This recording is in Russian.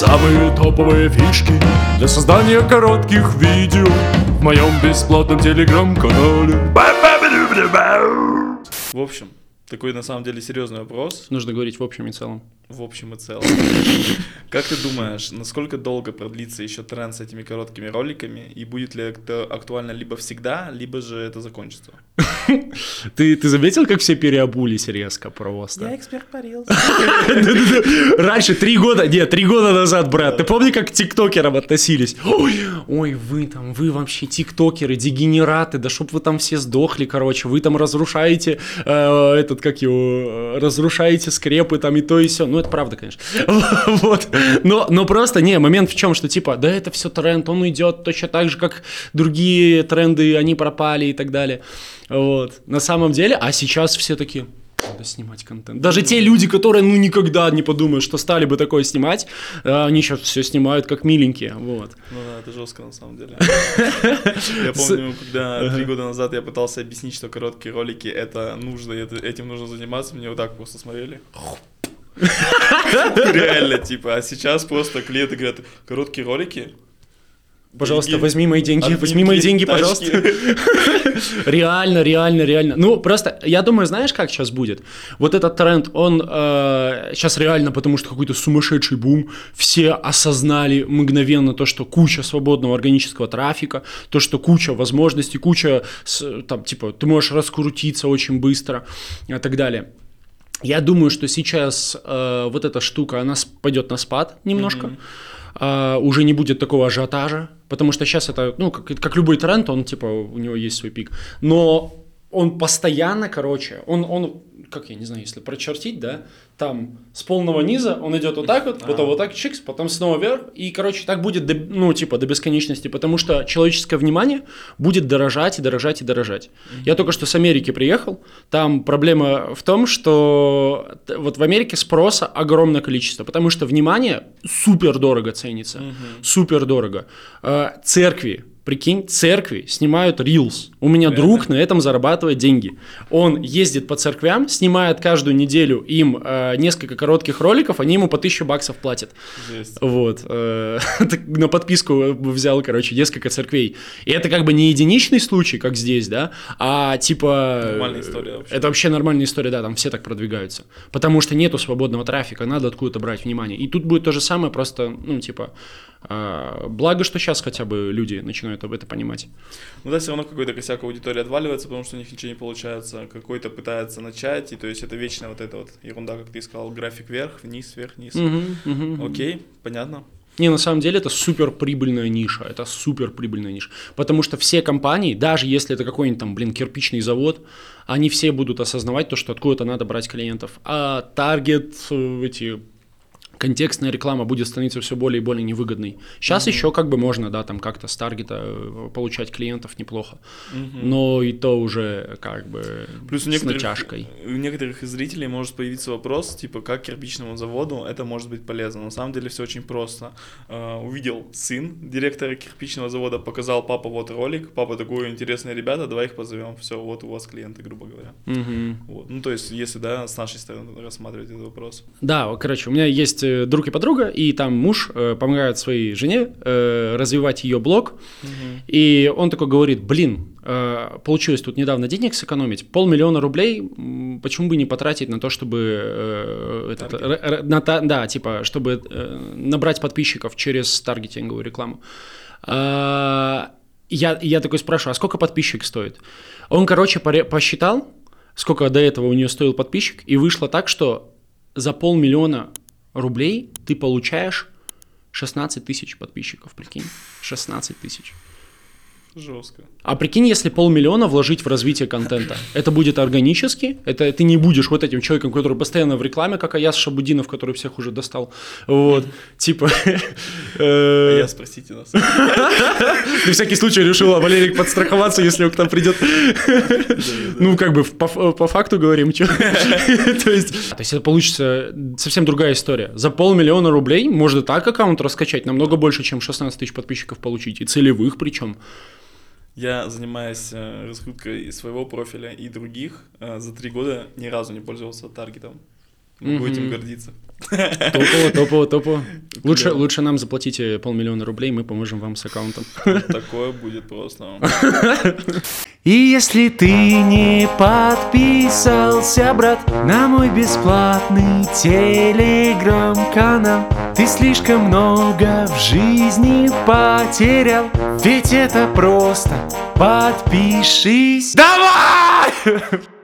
Самые топовые фишки для создания коротких видео в моем бесплатном телеграм-канале. В общем, такой на самом деле серьезный вопрос. Нужно говорить в общем и целом. В общем и целом. Как ты думаешь, насколько долго продлится еще тренд с этими короткими роликами? И будет ли это актуально либо всегда, либо же это закончится? Ты заметил, как все переобулись резко просто? Я эксперт по рилс. Раньше 3 года назад, брат, ты помни, как к тиктокерам относились? Ой, вы вообще тиктокеры, дегенераты, да чтоб вы там все сдохли, короче, вы там разрушаете, разрушаете скрепы там и то и сё. Ну, это правда, конечно. Вот. Но просто, момент в чем, что типа, да это все тренд, он идет точно так же, как другие тренды, они пропали и так далее. Вот. На самом деле, а сейчас все такие... Надо снимать контент. Даже те люди, которые, никогда не подумают, что стали бы такое снимать, они сейчас все снимают как миленькие, вот. Ну да, это жестко на самом деле. Я помню, когда 3 года назад я пытался объяснить, что короткие ролики это нужно, этим нужно заниматься, мне вот так просто смотрели. Реально, типа, а сейчас просто клиенты говорят, короткие ролики? Пожалуйста, возьми мои деньги, пожалуйста. Реально. Ну, просто, я думаю, знаешь, как сейчас будет? Вот этот тренд, он сейчас реально, потому что какой-то сумасшедший бум, все осознали мгновенно то, что куча свободного органического трафика, то, что куча возможностей, куча, там, типа, ты можешь раскрутиться очень быстро и так далее. Я думаю, что сейчас вот эта штука, она пойдет на спад немножко. Уже не будет такого ажиотажа, потому что сейчас это, как любой тренд, он, типа, у него есть свой пик. Но он постоянно, короче, он как, я не знаю, если прочертить, да, там с полного низа он идет вот так вот, потом вот так чикс, потом снова вверх, и, короче, так будет, до бесконечности, потому что человеческое внимание будет дорожать и дорожать и дорожать. Я только что с Америки приехал, там проблема в том, что вот в Америке спроса огромное количество, потому что внимание супер дорого ценится, супер дорого. Церкви снимают Reels. У меня друг на этом зарабатывает деньги. Он ездит по церквям, снимает каждую неделю им несколько коротких роликов, они ему по $1000 платят. Жесть. Вот. На подписку взял, короче, несколько церквей. И это как бы не единичный случай, как здесь, да, а типа... Нормальная история вообще. Это вообще нормальная история, да, там все так продвигаются. Потому что нету свободного трафика, надо откуда-то брать внимание. И тут будет то же самое, просто, благо, что сейчас хотя бы люди начинают об этом понимать. Ну да, все равно какой-то косяк аудитории отваливается, потому что у них ничего не получается. Какой-то пытается начать, и то есть это вечная вот эта вот ерунда, как ты сказал, график вверх, вниз, вверх, вниз. Окей, понятно. На самом деле это суперприбыльная ниша, потому что все компании, даже если это какой-нибудь там, кирпичный завод, они все будут осознавать то, что откуда-то надо брать клиентов, а таргет, контекстная реклама будет становиться все более и более невыгодной. Сейчас еще как бы можно, да, там как-то с таргета получать клиентов неплохо, но и то уже как бы плюс с натяжкой. У некоторых зрителей может появиться вопрос, типа, как кирпичному заводу это может быть полезно. На самом деле все очень просто. Увидел сын директора кирпичного завода, показал папа вот ролик, папа такой, интересные ребята, давай их позовем, все, вот у вас клиенты, грубо говоря. Вот. Ну, то есть, если, да, с нашей стороны рассматривать этот вопрос. Да, короче, у меня есть друг и подруга, и там муж помогает своей жене развивать ее блог, и он такой говорит, получилось тут недавно денег сэкономить, 500 000 рублей, почему бы не потратить на то, чтобы чтобы набрать подписчиков через таргетинговую рекламу. Я такой спрашиваю, а сколько подписчик стоит? Он, короче, посчитал, сколько до этого у нее стоил подписчик, и вышло так, что за 500 000 рублей ты получаешь 16 000 подписчиков, прикинь, 16 000. Жестко. А прикинь, если 500 000 вложить в развитие контента, это будет органически, это ты не будешь вот этим человеком, который постоянно в рекламе, как Аяз Шабудинов, который всех уже достал, вот, типа... Аяз, простите нас. На всякий случай решила Валерик подстраховаться, если он к нам придет. Ну, как бы по факту говорим, что. То есть это получится совсем другая история. За 500 000 рублей можно так аккаунт раскачать намного больше, чем 16 000 подписчиков получить, и целевых причем. Я занимаюсь раскруткой своего профиля и других. За 3 года ни разу не пользовался таргетом. Могу этим гордиться. Топово. Лучше нам заплатите 500 000 рублей, мы поможем вам с аккаунтом. Такое будет просто. И если ты не подписался, брат, на мой бесплатный телеграм-канал, ты слишком много в жизни потерял, ведь это просто подпишись. Давай!